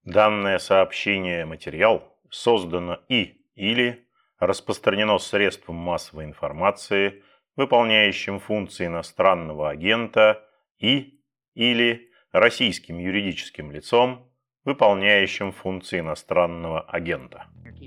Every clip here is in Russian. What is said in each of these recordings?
Данное сообщение-материал создано или распространено средством массовой информации, выполняющим функции иностранного агента или российским юридическим лицом, выполняющим функции иностранного агента.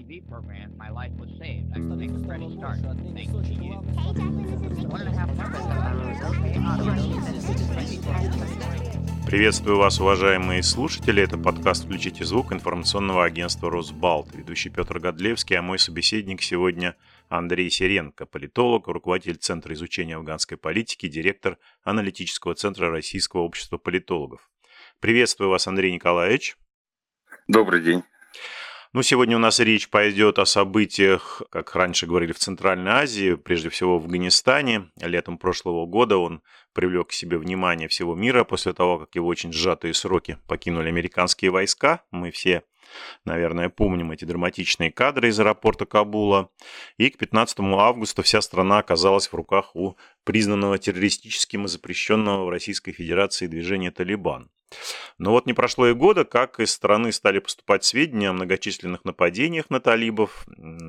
Приветствую вас, уважаемые слушатели. Это подкаст «Включите звук» информационного агентства «Росбалт». Ведущий Петр Годлевский, а мой собеседник сегодня Андрей Серенко, политолог, руководитель Центра изучения афганской политики, директор аналитического центра Российского общества политологов. Приветствую вас, Андрей Николаевич. Добрый день. Сегодня у нас речь пойдет о событиях, как раньше говорили, в Центральной Азии, прежде всего в Афганистане. Летом прошлого года он привлек к себе внимание всего мира после того, как его очень сжатые сроки покинули американские войска. Мы все, наверное, помним эти драматичные кадры из аэропорта Кабула. И к 15 августа вся страна оказалась в руках у признанного террористическим и запрещенного в Российской Федерации движения «Талибан». Но не прошло и года, как из страны стали поступать сведения о многочисленных нападениях на талибов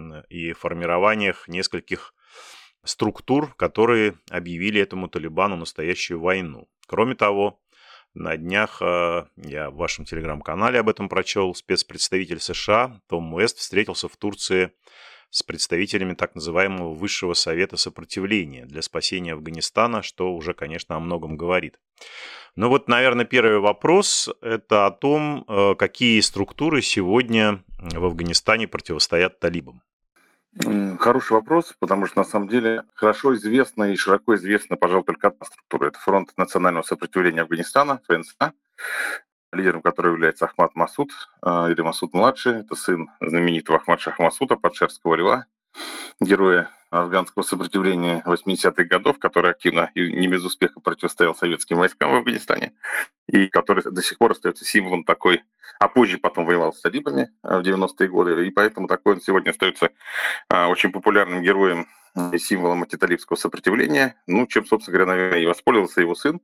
и формированиях нескольких структур, которые объявили этому Талибану настоящую войну. Кроме того, на днях, я в вашем телеграм-канале об этом прочел, спецпредставитель США Том Уэст встретился в Турции с представителями так называемого Высшего совета сопротивления для спасения Афганистана, что уже, конечно, о многом говорит. Наверное, первый вопрос – это о том, какие структуры сегодня в Афганистане противостоят талибам. Хороший вопрос, потому что на самом деле хорошо известна и широко известна, пожалуй, только одна структура. Это Фронт национального сопротивления Афганистана, ФНСА, лидером которого является Ахмад Масуд, или Масуд-младший. Это сын знаменитого Ахмад Шах Масуда, Паншерского льва, героя афганского сопротивления 80-х годов, который активно и не без успеха противостоял советским войскам в Афганистане, и который до сих пор остается символом такой, а позже потом воевал с талибами в 90-е годы, и поэтому такой он сегодня остается очень популярным героем и символом антиталибского сопротивления, чем, собственно говоря, наверное, и воспользовался его сын,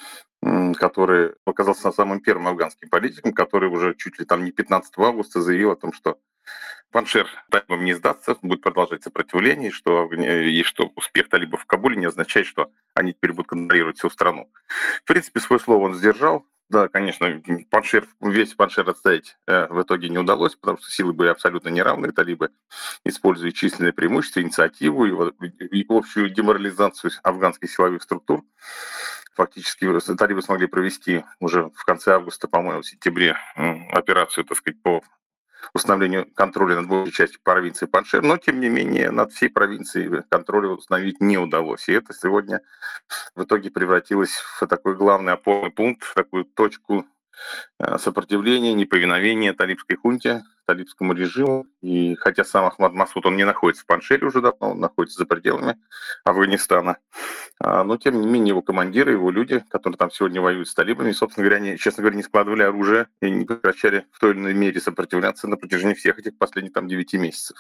который оказался самым первым афганским политиком, который уже чуть ли там не 15 августа заявил о том, что Паншер талибам не сдастся, будет продолжать сопротивление, и что успех талибов в Кабуле не означает, что они теперь будут контролировать всю страну. В принципе, свое слово он сдержал. Да, конечно, весь Паншер отстоять в итоге не удалось, потому что силы были абсолютно неравные. Талибы, используя численное преимущество, инициативу и общую деморализацию афганских силовых структур, фактически талибы смогли провести уже в конце августа, по-моему, в сентябре операцию, так сказать, по установлению контроля над большей частью провинции Паншер, но, тем не менее, над всей провинцией контроля установить не удалось. И это сегодня в итоге превратилось в такой главный опорный пункт, в такую точку сопротивления, неповиновения талибской хунте, талибскому режиму. И хотя сам Ахмад Масуд, он не находится в Паншере уже давно, он находится за пределами Афганистана, но, тем не менее, его командиры, его люди, которые там сегодня воюют с талибами, собственно говоря, они, честно говоря, не складывали оружие и не прекращали в той или иной мере сопротивляться на протяжении всех этих последних 9 месяцев.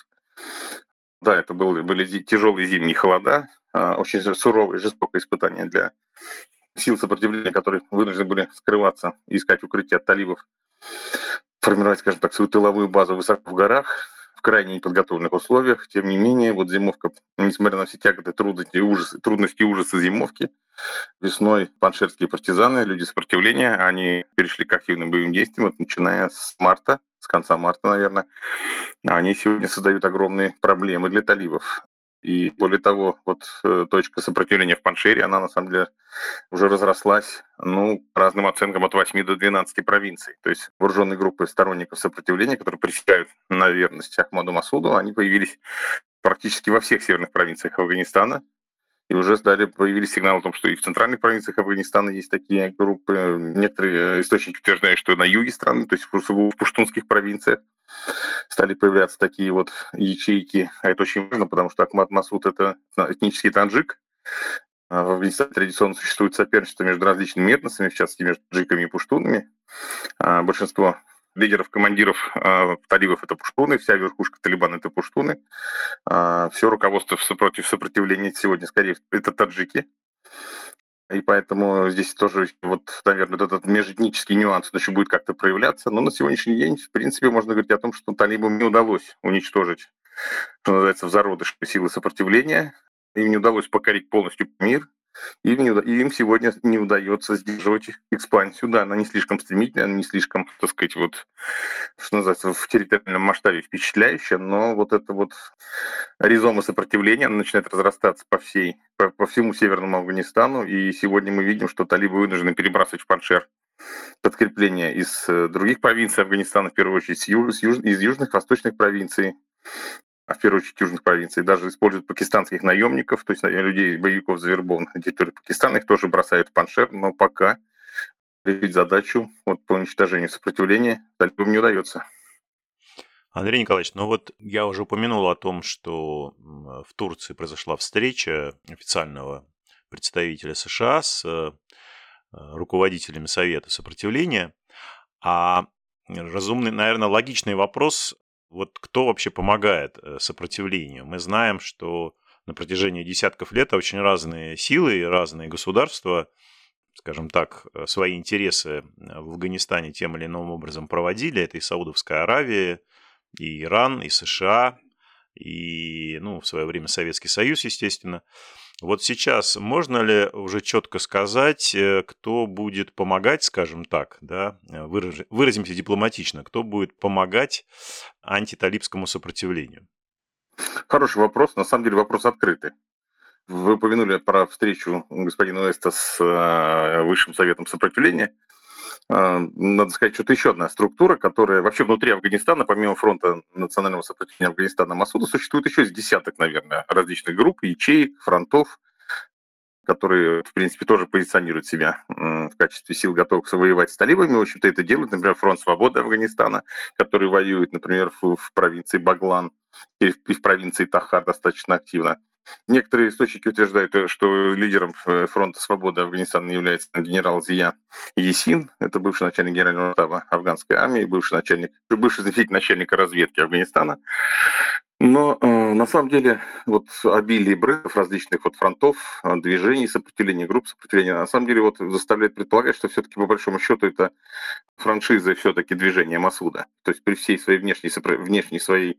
Да, это были тяжелые зимние холода, очень суровые, жестокое испытание для сил сопротивления, которые вынуждены были скрываться и искать укрытие от талибов, формировать, скажем так, свою тыловую базу высоко в горах, в крайне неподготовленных условиях. Тем не менее, зимовка, несмотря на все тяготы, трудности и ужасы зимовки, весной паншерские партизаны, люди сопротивления, они перешли к активным боевым действиям, начиная с конца марта, наверное. Они сегодня создают огромные проблемы для талибов. И более того, точка сопротивления в Паншере, она на самом деле уже разрослась, по разным оценкам, от 8 до 12 провинций. То есть вооруженные группы сторонников сопротивления, которые присягают на верность Ахмаду Масуду, они появились практически во всех северных провинциях Афганистана. И уже появились сигналы о том, что и в центральных провинциях Афганистана есть такие группы. Некоторые источники утверждают, что на юге страны, то есть в пуштунских провинциях, стали появляться такие ячейки. А это очень важно, потому что Ахмад Масуд – это этнический таджик. В Афганистане традиционно существует соперничество между различными этносами, в частности, между таджиками и пуштунами. Большинство лидеров, командиров талибов – это пуштуны, вся верхушка Талибана – это пуштуны. Все руководство против сопротивления сегодня, скорее, это таджики. И поэтому здесь тоже, вот, наверное, вот этот межэтнический нюанс еще будет как-то проявляться. Но на сегодняшний день, в принципе, можно говорить о том, что талибам не удалось уничтожить, что называется, в зародыше силы сопротивления. Им не удалось покорить полностью мир. Им сегодня не удается сдерживать экспансию. Да, она не слишком стремительная, она не слишком, так сказать, вот, что называется, в территориальном масштабе впечатляющая, но вот это вот ризома сопротивления она начинает разрастаться по всему северному Афганистану. И сегодня мы видим, что талибы вынуждены перебрасывать в Паншер подкрепления из других провинций Афганистана, в первую очередь из южных, восточных провинций, а в первую очередь южных провинций, даже используют пакистанских наемников, то есть людей, боевиков, завербованных на территории Пакистана, их тоже бросают в Паншер, но пока решить задачу вот, по уничтожению сопротивления талибам не удается. Андрей Николаевич, ну вот я уже упомянул о том, что в Турции произошла встреча официального представителя США с руководителями Совета сопротивления. А разумный, наверное, логичный вопрос, вот кто вообще помогает сопротивлению? Мы знаем, что на протяжении десятков лет очень разные силы и разные государства, скажем так, свои интересы в Афганистане тем или иным образом проводили. Это и Саудовская Аравия, и Иран, и США, и, ну, в свое время Советский Союз, естественно. Вот сейчас можно ли уже четко сказать, кто будет помогать, скажем так, да, выразимся дипломатично, кто будет помогать антиталибскому сопротивлению? Хороший вопрос. На самом деле вопрос открытый. Вы упомянули про встречу господина Уэста с Высшим Советом Сопротивления. Надо сказать, что это еще одна структура, которая вообще внутри Афганистана, помимо фронта национального сопротивления Афганистана Масуда, существует еще с десяток, наверное, различных групп, ячеек, фронтов, которые, в принципе, тоже позиционируют себя в качестве сил, готовых воевать с талибами. В общем-то, это делают, например, Фронт Свободы Афганистана, который воюет, например, в провинции Баглан и в провинции Тахар достаточно активно. Некоторые источники утверждают, что лидером Фронта Свободы Афганистана является генерал Зия Ясин, это бывший начальник генерального штаба афганской армии, бывший заместитель начальника разведки Афганистана. Но на самом деле вот обилие брендов различных вот фронтов, движений сопротивления, групп сопротивления, на самом деле вот заставляет предполагать, что все-таки по большому счету это франшиза все-таки движения Масуда. То есть при всей своей внешней своей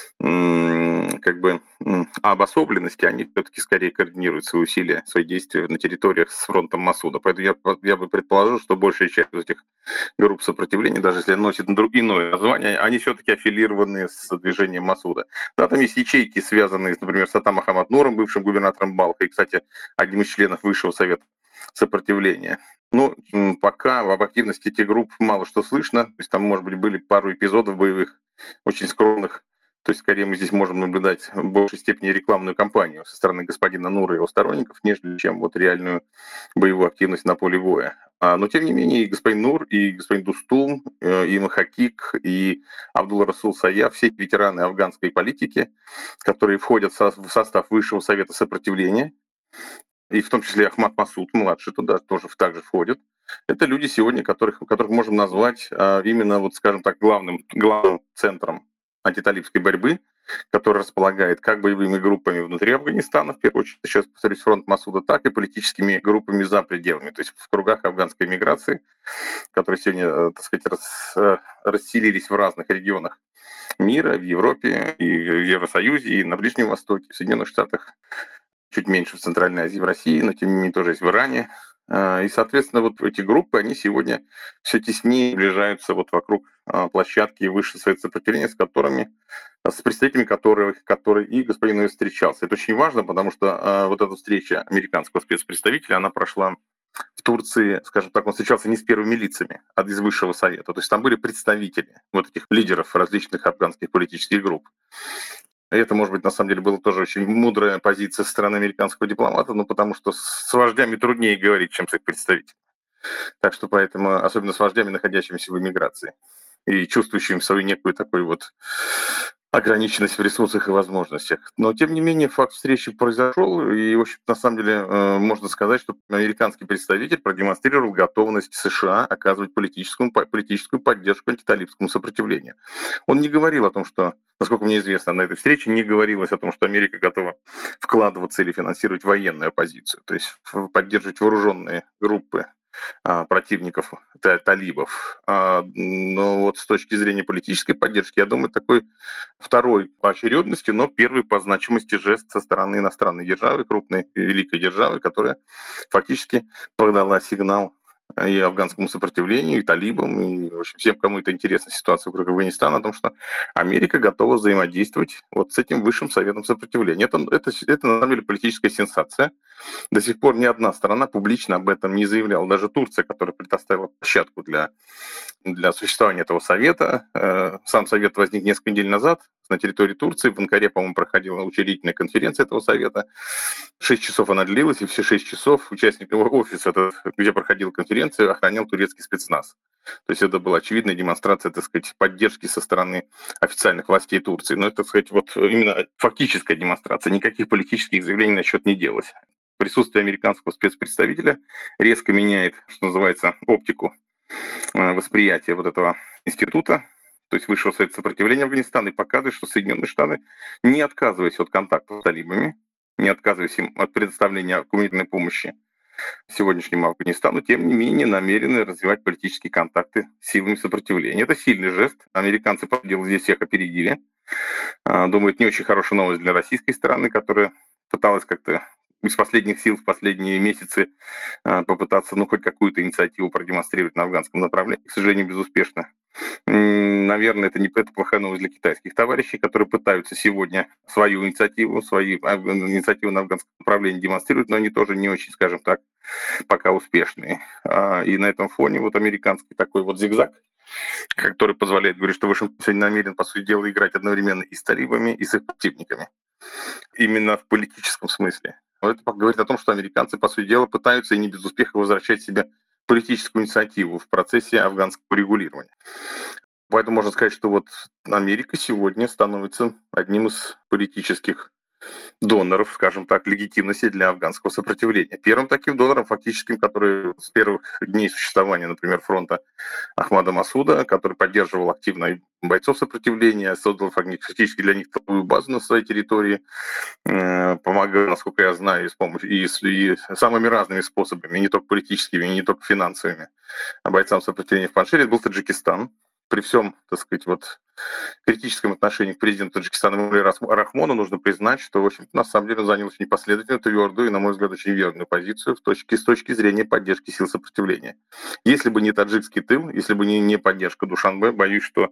как бы обособленности, они все-таки скорее координируют свои усилия, свои действия на территориях с фронтом Масуда. Поэтому я бы предположил, что большая часть этих групп сопротивления, даже если носит иное название, они все-таки аффилированы с движением Масуда. Да, там есть ячейки, связанные, например, с Атам Ахмад Нуром, бывшим губернатором Балха, и, кстати, одним из членов Высшего Совета Сопротивления. Но пока об активности этих групп мало что слышно. То есть там, может быть, были пару эпизодов боевых, очень скромных. То есть, скорее, мы здесь можем наблюдать в большей степени рекламную кампанию со стороны господина Нура и его сторонников, нежели чем вот реальную боевую активность на поле боя. Но, тем не менее, и господин Нур, и господин Дустум, и Махакик, и Абдул Расул Сая, все ветераны афганской политики, которые входят в состав Высшего Совета Сопротивления, и в том числе Ахмад Масуд, младший, туда тоже также входит. Это люди сегодня, которых можем назвать именно, вот, скажем так, главным центром антиталибской борьбы, который располагает как боевыми группами внутри Афганистана, в первую очередь, сейчас повторюсь, фронт Масуда, так и политическими группами за пределами, то есть в кругах афганской миграции, которые сегодня, так сказать, расселились в разных регионах мира, в Европе, и в Евросоюзе, и на Ближнем Востоке, в Соединенных Штатах, чуть меньше в Центральной Азии, в России, но тем не менее тоже есть в Иране. И, соответственно, вот эти группы, они сегодня все теснее сближаются вот вокруг площадки Высшего Совета Сопротивления, с представителями которые и господин Уэст встречался. Это очень важно, потому что вот эта встреча американского спецпредставителя, она прошла в Турции, скажем так, он встречался не с первыми лицами, а из Высшего Совета. То есть там были представители вот этих лидеров различных афганских политических групп. И это, может быть, на самом деле была тоже очень мудрая позиция со стороны американского дипломата, ну, потому что с вождями труднее говорить, чем с их представителями. Так что поэтому, особенно с вождями, находящимися в эмиграции и чувствующими свою некую такую вот ограниченность в ресурсах и возможностях. Но, тем не менее, факт встречи произошел, и, в общем, на самом деле, можно сказать, что американский представитель продемонстрировал готовность США оказывать политическую поддержку антиталибскому сопротивлению. Он не говорил о том, что, насколько мне известно, на этой встрече не говорилось о том, что Америка готова вкладываться или финансировать военную оппозицию, то есть поддерживать вооруженные группы противников талибов. Но вот с точки зрения политической поддержки, я думаю, такой второй по очередности, но первый по значимости жест со стороны иностранной державы, крупной великой державы, которая фактически подала сигнал и афганскому сопротивлению, и талибам, и в общем, всем, кому это интересна ситуация вокруг Афганистана, о том, что Америка готова взаимодействовать вот с этим высшим советом сопротивления. Это на самом деле политическая сенсация. До сих пор ни одна страна публично об этом не заявляла. Даже Турция, которая предоставила площадку для существования этого совета. Сам совет возник несколько недель назад на территории Турции. В Анкаре, по-моему, проходила учредительная конференция этого совета. 6 часов она длилась, и все 6 часов участник офиса, где проходила конференция, охранял турецкий спецназ. То есть это была очевидная демонстрация, так сказать, поддержки со стороны официальных властей Турции. Но это, так сказать, вот именно фактическая демонстрация. Никаких политических заявлений на счет не делалось. Присутствие американского спецпредставителя резко меняет, что называется, оптику восприятия вот этого института, то есть Высшего совета сопротивления Афганистана, и показывает, что Соединенные Штаты, не отказываясь от контактов с талибами, не отказываясь им от предоставления гуманитарной помощи сегодняшнему Афганистану, тем не менее намерены развивать политические контакты с силами сопротивления. Это сильный жест. Американцы, по делу, здесь всех опередили. Думаю, это не очень хорошая новость для российской стороны, которая пыталась как-то из последних сил в последние месяцы попытаться, хоть какую-то инициативу продемонстрировать на афганском направлении. К сожалению, безуспешно. Наверное, это плохая новость для китайских товарищей, которые пытаются сегодня свою инициативу на афганском направлении демонстрировать, но они тоже не очень, скажем так, пока успешные. И на этом фоне вот американский такой вот зигзаг, который позволяет говорить, что Вашингтон сегодня намерен, по сути дела, играть одновременно и с талибами, и с их противниками. Именно в политическом смысле. Это говорит о том, что американцы, по сути дела, пытаются и не без успеха возвращать себе политическую инициативу в процессе афганского регулирования. Поэтому можно сказать, что вот Америка сегодня становится одним из политических доноров, скажем так, легитимности для афганского сопротивления. Первым таким донором, фактически, который с первых дней существования, например, фронта Ахмада Масуда, который поддерживал активно бойцов сопротивления, создал фактически для них тыловую базу на своей территории, помогал, насколько я знаю, и самыми разными способами, не только политическими, не только финансовыми, бойцам сопротивления в Паншире, был Таджикистан. При всем, так сказать, вот критическом отношении к президенту Таджикистана Эмомали Рахмону нужно признать, что, в общем-то, на самом деле занял очень непоследовательную, твердую и, на мой взгляд, очень верную позицию с точки зрения поддержки сил сопротивления. Если бы не таджикский тыл, если бы не поддержка Душанбе, боюсь, что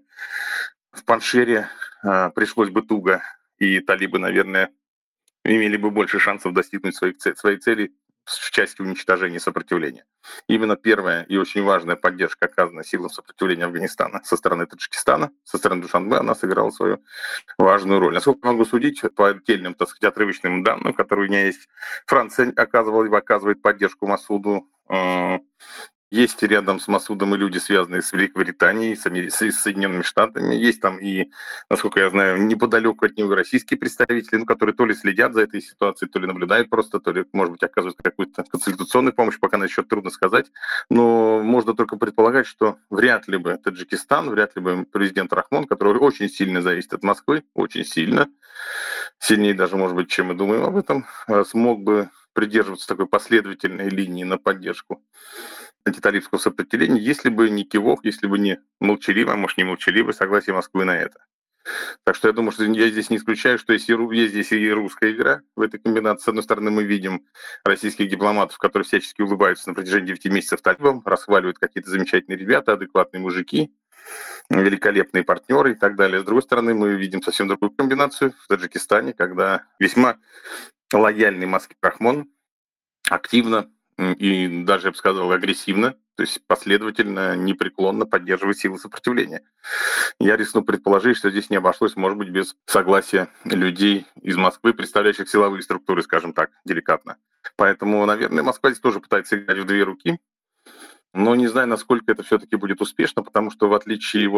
в Паншере пришлось бы туго, и талибы, наверное, имели бы больше шансов достигнуть своей цели в части уничтожения сопротивления. Именно первая и очень важная поддержка, оказанная силам сопротивления Афганистана со стороны Таджикистана, со стороны Душанбе, она сыграла свою важную роль. Насколько я могу судить по отдельным, так сказать, отрывочным данным, которые у меня есть, Франция оказывает поддержку Масуду. Есть рядом с Масудом и люди, связанные с Великобританией, с Соединенными Штатами. Есть там и, насколько я знаю, неподалеку от него российские представители, которые то ли следят за этой ситуацией, то ли наблюдают просто, то ли, может быть, оказывают какую-то консультационную помощь, пока на счет трудно сказать. Но можно только предполагать, что вряд ли бы Таджикистан, вряд ли бы президент Рахмон, который очень сильно зависит от Москвы, очень сильно, сильнее даже, может быть, чем мы думаем об этом, смог бы придерживаться такой последовательной линии на поддержку антиталибского сопротивления, если бы не кивок, если бы не молчаливое, может, не молчаливое согласие Москвы на это. Так что я думаю, что я здесь не исключаю, что есть здесь и русская игра в этой комбинации. С одной стороны, мы видим российских дипломатов, которые всячески улыбаются на протяжении 9 месяцев талибам, расхваливают какие-то замечательные ребята, адекватные мужики, великолепные партнеры и так далее. С другой стороны, мы видим совсем другую комбинацию в Таджикистане, когда весьма лояльный Москве Рахмон активно и даже, я бы сказал, агрессивно, то есть последовательно, непреклонно поддерживает силы сопротивления. Я рискну предположить, что здесь не обошлось, может быть, без согласия людей из Москвы, представляющих силовые структуры, скажем так, деликатно. Поэтому, наверное, Москва здесь тоже пытается играть в две руки, но не знаю, насколько это все-таки будет успешно, потому что в отличие от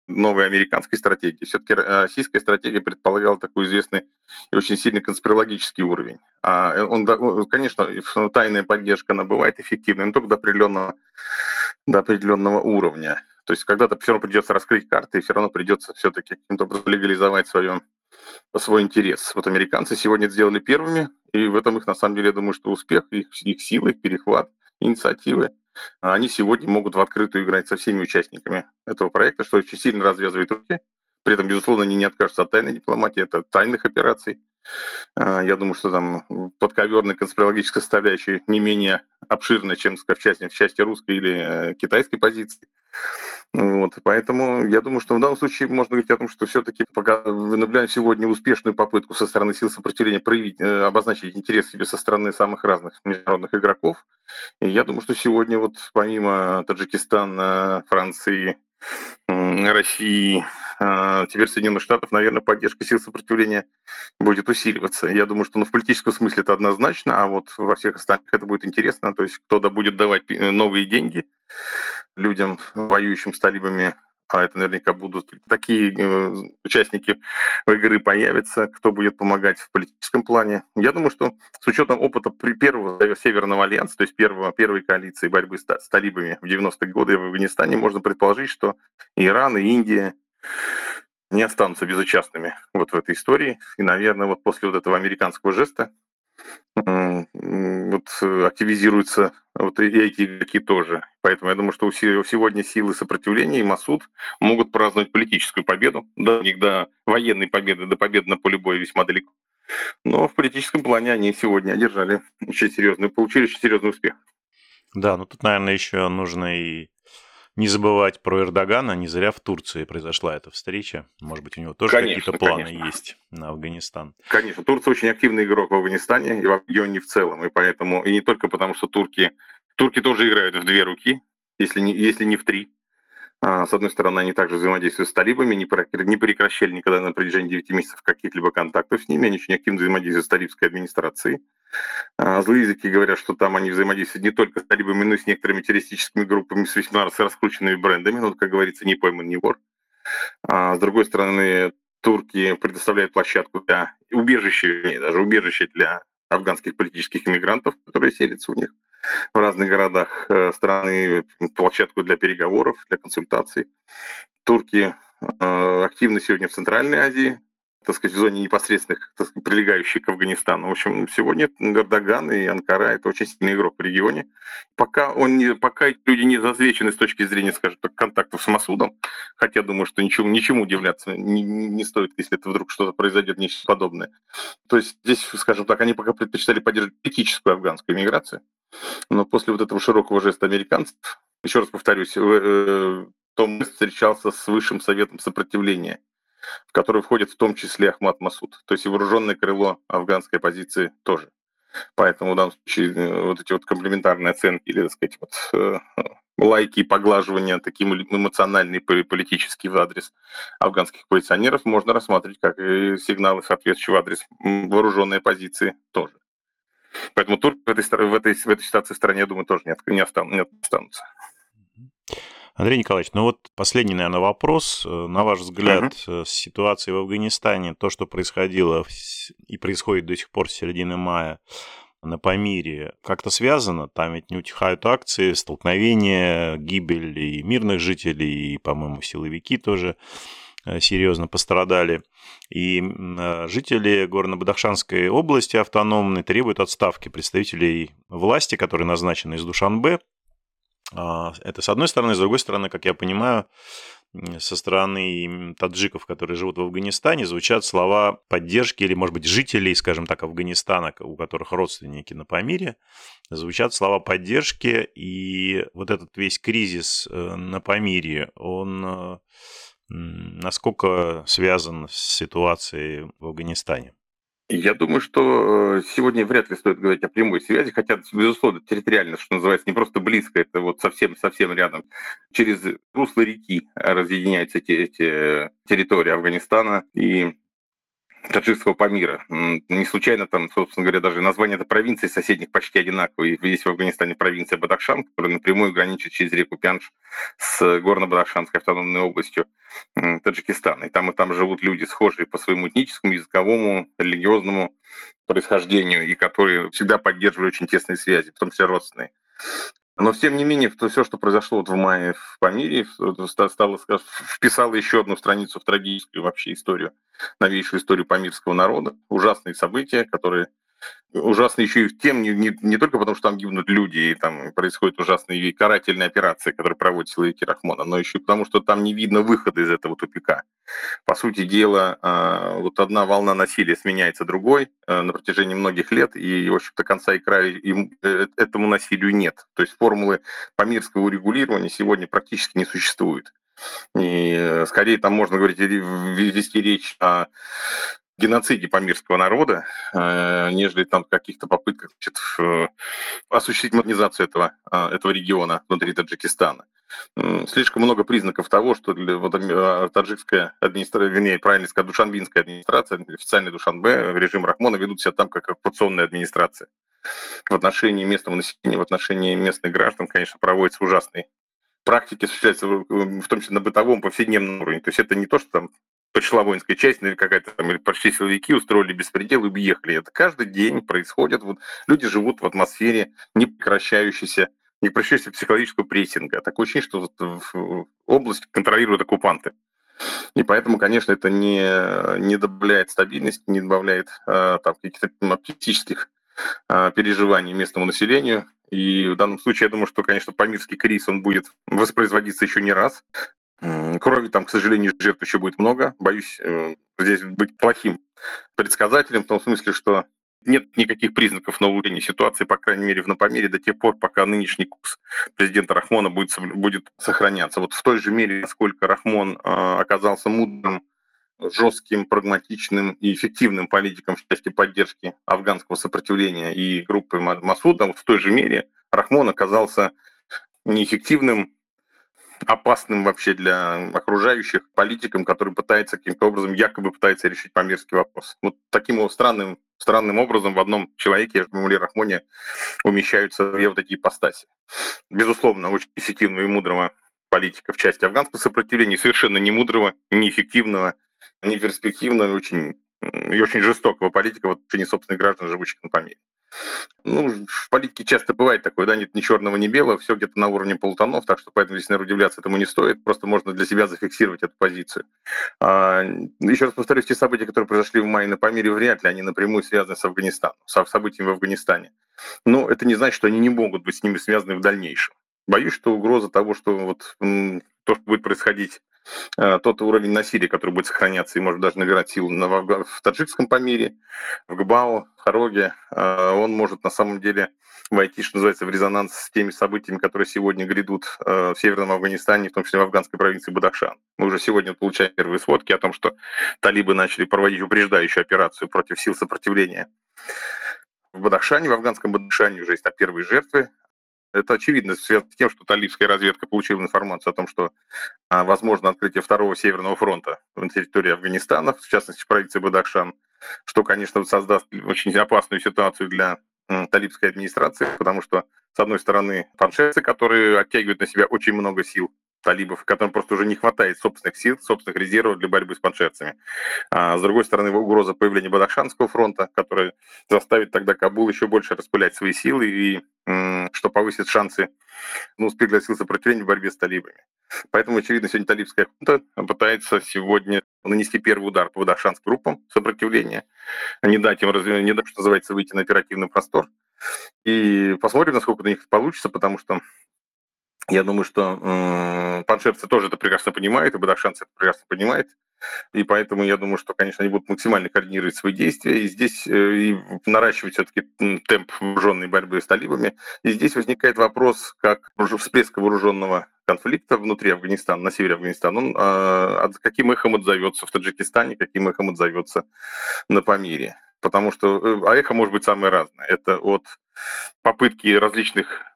новой американской стратегии. Все-таки российская стратегия предполагала такой известный и очень сильный конспирологический уровень. Конечно, тайная поддержка, она бывает эффективной, но только до определенного уровня. То есть когда-то все равно придется раскрыть карты, и все равно придется все-таки каким-то образом легализовать свой интерес. Вот американцы сегодня это сделали первыми, и в этом их, на самом деле, я думаю, что успех, их силы, их перехват, инициативы, они сегодня могут в открытую играть со всеми участниками этого проекта, что очень сильно развязывает руки. При этом, безусловно, они не откажутся от тайной дипломатии, от тайных операций. Я думаю, что там подковерная конспирологическая составляющая не менее обширная, чем в части русской или китайской позиции. Вот, поэтому я думаю, что в данном случае можно говорить о том, что все-таки пока мы наблюдаем сегодня успешную попытку со стороны сил сопротивления обозначить интерес себе со стороны самых разных международных игроков. И я думаю, что сегодня вот помимо Таджикистана, Франции, России, теперь Соединенных Штатов, наверное, поддержка сил сопротивления будет усиливаться. Я думаю, что в политическом смысле это однозначно, а вот во всех остальных это будет интересно. То есть кто-то будет давать новые деньги людям, воюющим с талибами, а это наверняка будут такие участники игры появятся, кто будет помогать в политическом плане. Я думаю, что с учетом опыта первого Северного альянса, то есть первой коалиции борьбы с талибами в 90-е годы в Афганистане, можно предположить, что и Иран, и Индия не останутся безучастными вот в этой истории. И, наверное, вот после вот этого американского жеста вот активизируются вот эти игроки тоже. Поэтому я думаю, что сегодня силы сопротивления и Масуд могут праздновать политическую победу. Да, у них до военной победы, до победы на поле боя весьма далеко. Но в политическом плане они сегодня одержали получили очень серьезный успех. Да, ну тут, наверное, еще нужно и не забывать про Эрдогана. Не зря в Турции произошла эта встреча. Может быть, у него тоже какие-то планы есть на Афганистан. Конечно, Турция очень активный игрок в Афганистане и в регионе в целом. И поэтому, и не только потому, что турки тоже играют в две руки, если не в три. С одной стороны, они также взаимодействуют с талибами, не прекращали никогда на протяжении 9 месяцев каких-либо контактов с ними, они очень активно взаимодействуют с талибской администрацией. Злые языки говорят, что там они взаимодействуют не только с талибами, но и с некоторыми террористическими группами с весьма раскрученными брендами, но, как говорится, не пойман, не вор. С другой стороны, турки предоставляют площадку для убежище для афганских политических иммигрантов, которые селятся у них в разных городах страны, площадку для переговоров, для консультаций. Турки активны сегодня в Центральной Азии, так сказать, в зоне непосредственных, прилегающей к Афганистану. В общем, сегодня Эрдоган и Анкара – это очень сильный игрок в регионе. Пока люди не засвечены с точки зрения, скажем так, контактов с Масудом, хотя думаю, что ничему удивляться не стоит, если это вдруг что-то произойдет, нечто подобное. То есть здесь, скажем так, они пока предпочитали поддерживать политическую афганскую миграцию, но после вот этого широкого жеста американцев, еще раз повторюсь, Том встречался с Высшим Советом Сопротивления, в который входит в том числе Ахмад Масуд, то есть и вооруженное крыло афганской оппозиции тоже. Поэтому в данном случае вот эти вот комплиментарные оценки или, так сказать, лайки и поглаживания таким эмоциональные политические в адрес афганских позиционеров можно рассматривать как и сигналы, соответствующие в адрес вооруженной оппозиции тоже. Поэтому турки в этой ситуации в стране, я думаю, тоже не останутся. Андрей Николаевич, ну вот последний, наверное, вопрос. На ваш взгляд, с ситуацией в Афганистане, то, что происходило и происходит до сих пор с середины мая на Памире, как-то связано? Там ведь не утихают акции, столкновения, гибель и мирных жителей, и, по-моему, силовики тоже серьезно пострадали. И жители Горно-Бадахшанской области автономной требуют отставки представителей власти, которые назначены из Душанбе. Это с одной стороны. С другой стороны, как я понимаю, со стороны таджиков, которые живут в Афганистане, звучат слова поддержки, или, может быть, жителей, скажем так, Афганистана, у которых родственники на Памире, звучат слова поддержки. И вот этот весь кризис на Памире, он насколько связан с ситуацией в Афганистане? Я думаю, что сегодня вряд ли стоит говорить о прямой связи, хотя, безусловно, территориально, что называется, не просто близко, это вот совсем рядом. Через русло реки разъединяются эти территории Афганистана и таджикского Памира. Не случайно там, собственно говоря, даже название этой провинции соседних почти одинаковые. Есть в Афганистане провинция Бадахшан, которая напрямую граничит через реку Пянш с горно-бадахшанской автономной областью Таджикистана. И там живут люди, схожие по своему этническому, языковому, религиозному происхождению, и которые всегда поддерживали очень тесные связи, в том числе родственные. Но, тем не менее, все, что произошло в мае в Памире, вписало еще одну страницу в трагическую вообще историю, новейшую историю памирского народа. Ужасные события, которые ужасно еще и тем, не только потому, что там гибнут люди, и там происходят ужасные карательные операции, которые проводят силовики Рахмона, но еще и потому, что там не видно выхода из этого тупика. По сути дела, вот одна волна насилия сменяется другой на протяжении многих лет, и, в общем-то, конца и края этому насилию нет. То есть формулы памирского урегулирования сегодня практически не существует. И скорее там можно говорить, вести речь о геноциде памирского народа, нежели там каких-то попытках осуществить модернизацию этого региона внутри Таджикистана. Слишком много признаков того, что таджикская администрация, вернее, правильно сказать, душанбинская администрация, официальный Душанбе, режим Рахмона ведут себя там как оккупационная администрация. В отношении местного населения, в отношении местных граждан, конечно, проводятся ужасные практики, осуществляются в том числе на бытовом, повседневном уровне. То есть это не то, что там пришла воинская часть, или какая-то там, или почти силовики устроили беспредел и уехали. Это каждый день происходит. Вот люди живут в атмосфере непрекращающейся психологического прессинга. Такое ощущение, что в область контролируют оккупанты. И поэтому, конечно, это не добавляет стабильности, не добавляет там каких-то оптимистических переживаний местному населению. И в данном случае я думаю, что, конечно, памирский кризис, он будет воспроизводиться еще не раз. Крови там, к сожалению, жертв еще будет много. Боюсь здесь быть плохим предсказателем, в том смысле, что нет никаких признаков на улучшение ситуации, по крайней мере, в Памире до тех пор, пока нынешний курс президента Рахмона будет сохраняться. Вот в той же мере, насколько Рахмон оказался мудрым, жестким, прагматичным и эффективным политиком в части поддержки афганского сопротивления и группы Масуда, в той же мере Рахмон оказался неэффективным, опасным вообще для окружающих политиком, который пытается каким-то образом, якобы пытается решить памирский вопрос. Вот таким странным образом в одном человеке, в Эмомали Рахмоне, умещаются две вот эти ипостаси. Безусловно, очень эффективного и мудрого политика в части афганского сопротивления, совершенно не мудрого, неэффективного, неперспективного и очень жестокого политика в отношении собственных граждан, живущих на Памире. В политике часто бывает такое, да, нет ни черного, ни белого, все где-то на уровне полутонов, так что поэтому здесь, наверное, удивляться этому не стоит, просто можно для себя зафиксировать эту позицию. Еще раз повторюсь, те события, которые произошли в мае на Памире, вряд ли они напрямую связаны с Афганистаном, с событиями в Афганистане. Но это не значит, что они не могут быть с ними связаны в дальнейшем. Боюсь, что угроза того, что то, что будет происходить, тот уровень насилия, который будет сохраняться и может даже набирать силу в таджикском Памире, в Гбао, в Хароге, он может на самом деле войти, что называется, в резонанс с теми событиями, которые сегодня грядут в Северном Афганистане, в том числе в афганской провинции Бадахшан. Мы уже сегодня получаем первые сводки о том, что талибы начали проводить упреждающую операцию против сил сопротивления в Бадахшане, в афганском Бадахшане уже есть первые жертвы. Это очевидно связано с тем, что талибская разведка получила информацию о том, что возможно открытие второго Северного фронта на территории Афганистана, в частности, в провинции Бадахшан, что, конечно, создаст очень опасную ситуацию для талибской администрации, потому что, с одной стороны, паншерцы, которые оттягивают на себя очень много сил талибов, которым просто уже не хватает собственных сил, собственных резервов для борьбы с паншерцами. А с другой стороны, угроза появления Бадахшанского фронта, который заставит тогда Кабул еще больше распылять свои силы и что повысит шансы успех для сил сопротивления в борьбе с талибами. Поэтому, очевидно, сегодня талибская хунта пытается сегодня нанести первый удар по бадахшанским группам сопротивления, не дать им, что называется, выйти на оперативный простор. И посмотрим, насколько у них получится, потому что я думаю, что паншерцы тоже это прекрасно понимают, и бадахшанцы это прекрасно понимают. И поэтому я думаю, что, конечно, они будут максимально координировать свои действия и здесь и наращивать все-таки темп вооруженной борьбы с талибами. И здесь возникает вопрос, как всплеск вооруженного конфликта внутри Афганистана, на севере Афганистана, он каким эхом отзовется в Таджикистане, каким эхом отзовется на Памире. Потому что эхо может быть самое разное. Это от попытки различных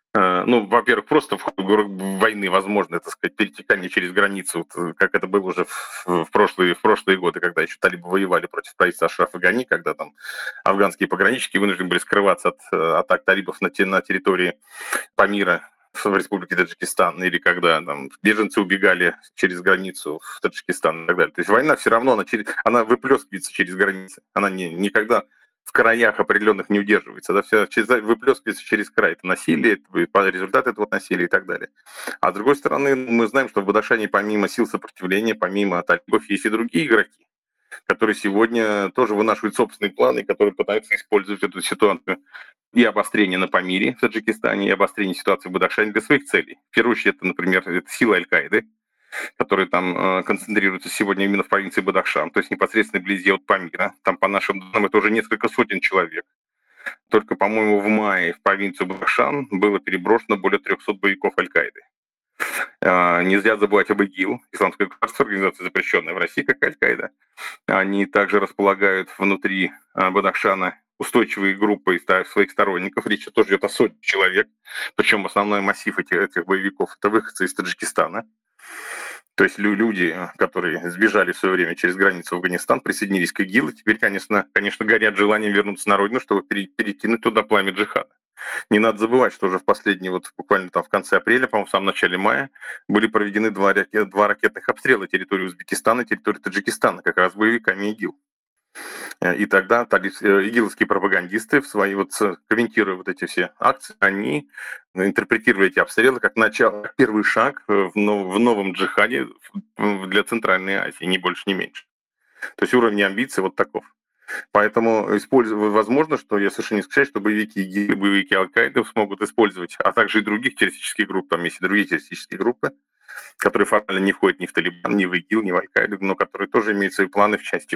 Ну, во-первых, просто в ходе войны возможно, так сказать, перетекание через границу, вот, как это было уже в прошлые годы, когда еще талибы воевали против правительства Ашрафа Гани, когда там афганские пограничники вынуждены были скрываться от атак талибов на территории Памира в Республике Таджикистан, или когда там беженцы убегали через границу в Таджикистан и так далее. То есть война все равно, она выплескивается через границы. Она никогда в краях определенных не удерживается. Да, все выплескивается через край. Это насилие, это результат этого насилия и так далее. А с другой стороны, мы знаем, что в Бадахшане помимо сил сопротивления, помимо талибов, есть и другие игроки, которые сегодня тоже вынашивают собственные планы, которые пытаются использовать эту ситуацию и обострение на Памире в Таджикистане, и обострение ситуации в Бадахшане для своих целей. В первую очередь, это, например, это силы Аль-Каиды, которые там концентрируются сегодня именно в провинции Бадахшан, то есть непосредственно вблизи от Памира. Там, по нашим данным, это уже несколько сотен человек. Только, по-моему, в мае в провинцию Бадахшан было переброшено более 300 боевиков Аль-Каиды. Нельзя забывать об ИГИЛ, исламская государство, организация, запрещенная в России, как Аль-Каида. Они также располагают внутри Бадахшана устойчивые группы из своих сторонников. Речь тоже идет о сотне человек. Причем основной массив этих боевиков – это выходцы из Таджикистана. То есть люди, которые сбежали в свое время через границу в Афганистан, присоединились к ИГИЛ, и теперь, конечно, горят желанием вернуться на родину, чтобы перетянуть туда пламя джихада. Не надо забывать, что уже в последние, вот буквально там в конце апреля, по-моему, в самом начале мая, были проведены два ракетных обстрела территории Узбекистана и территории Таджикистана, как раз боевиками ИГИЛ. И тогда игиловские пропагандисты, комментируя вот эти все акции, они интерпретировали эти обстрелы как начало, первый шаг в новом джихаде для Центральной Азии, ни больше, ни меньше. То есть уровень амбиций вот таков. Поэтому возможно, что я совершенно не исключаю, что боевики ИГИЛ, боевики Аль-Каиды смогут использовать, а также и других террористических групп, там есть и другие террористические группы, которые формально не входят ни в Талибан, ни в ИГИЛ, ни в Аль-Каиду, но которые тоже имеют свои планы в части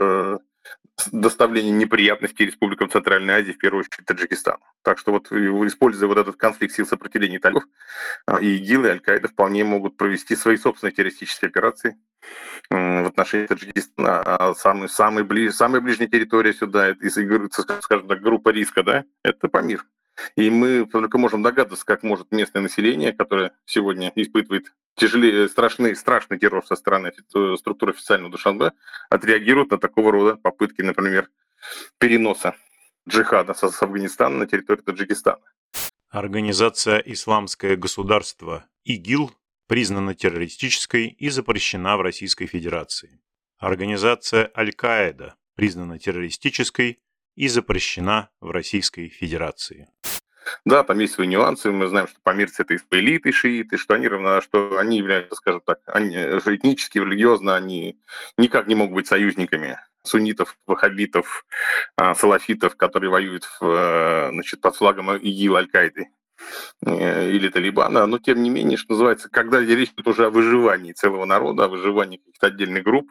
доставления неприятностей республикам Центральной Азии, в первую очередь Таджикистану. Так что используя вот этот конфликт сил сопротивления талибов, и ИГИЛ, и Аль-Каида вполне могут провести свои собственные террористические операции в отношении Таджикистана. А самая ближняя территория сюда, скажем так, группа риска, да, это Памир. И мы только можем догадываться, как может местное население, которое сегодня испытывает страшный террор со стороны структур официального Душанбе, отреагирует на такого рода попытки, например, переноса джихада с Афганистана на территорию Таджикистана. Организация «Исламское государство» ИГИЛ признана террористической и запрещена в Российской Федерации. Организация Аль-Каида признана террористической и запрещена в Российской Федерации. Да, там есть свои нюансы. Мы знаем, что памирцы — это исмаилиты, шииты, что они являются, скажем так, этнически, религиозно, они никак не могут быть союзниками суннитов, ваххабитов, салафитов, которые воюют под флагом ИГИЛ, Аль-Каиды или Талибана. Но, тем не менее, что называется, когда речь идет уже о выживании целого народа, о выживании каких-то отдельных групп,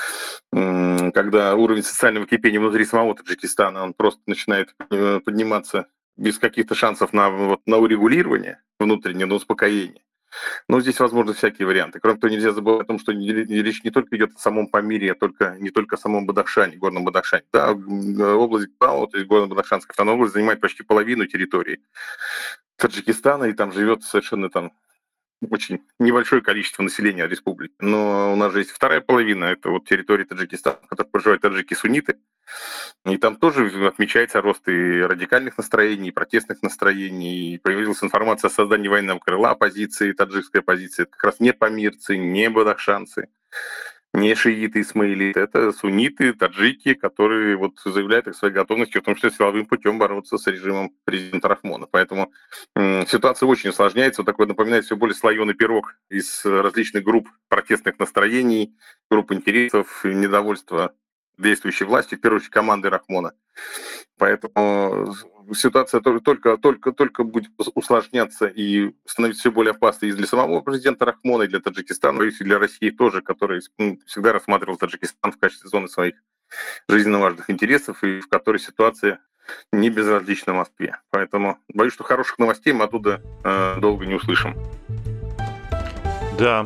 когда уровень социального кипения внутри самого Таджикистана, он просто начинает подниматься без каких-то шансов на урегулирование внутреннее, на успокоение. Но здесь возможны всякие варианты. Кроме того, нельзя забывать о том, что речь не только идет о самом Памире, не только о самом Бадахшане, горном Бадахшане. Да, область Гбао, то есть горно-Бадахшанская автономная область, занимает почти половину территории Таджикистана, и там живет совершенно очень небольшое количество населения республики. Но у нас же есть вторая половина, это территория Таджикистана, в которой проживают таджики-сунниты. И там тоже отмечается рост и радикальных настроений, и протестных настроений. И появилась информация о создании военного крыла оппозиции, таджикской оппозиции. Это как раз не памирцы, не бадахшанцы, не шииты, исмаилиты. Это сунниты, таджики, которые заявляют о своей готовности, в том числе силовым путем бороться с режимом президента Рахмона. Поэтому ситуация очень усложняется. Такой напоминает все более слоеный пирог из различных групп протестных настроений, групп интересов, недовольства действующей власти, в первую очередь команды Рахмона. Поэтому ситуация только будет усложняться и становиться все более опасной и для самого президента Рахмона, и для Таджикистана, и для России тоже, который всегда рассматривал Таджикистан в качестве зоны своих жизненно важных интересов, и в которой ситуация не безразлична Москве. Поэтому боюсь, что хороших новостей мы оттуда долго не услышим. Да,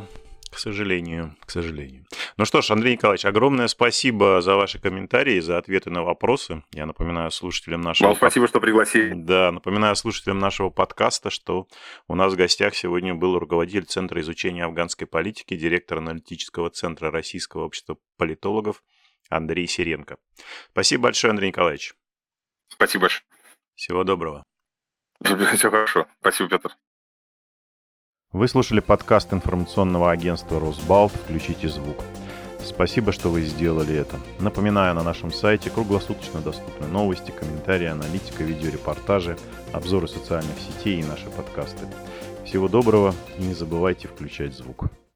К сожалению, к сожалению. Ну что ж, Андрей Николаевич, огромное спасибо за ваши комментарии, за ответы на вопросы. Я напоминаю слушателям нашего... Вам спасибо, что пригласили. Да, напоминаю слушателям нашего подкаста, что у нас в гостях сегодня был руководитель Центра изучения афганской политики, директор аналитического центра Российского общества политологов Андрей Сиренко. Спасибо большое, Андрей Николаевич. Спасибо большое. Всего доброго. Все хорошо. Спасибо, Петр. Вы слушали подкаст информационного агентства «Росбалт. Включите звук». Спасибо, что вы сделали это. Напоминаю, на нашем сайте круглосуточно доступны новости, комментарии, аналитика, видеорепортажи, обзоры социальных сетей и наши подкасты. Всего доброго и не забывайте включать звук.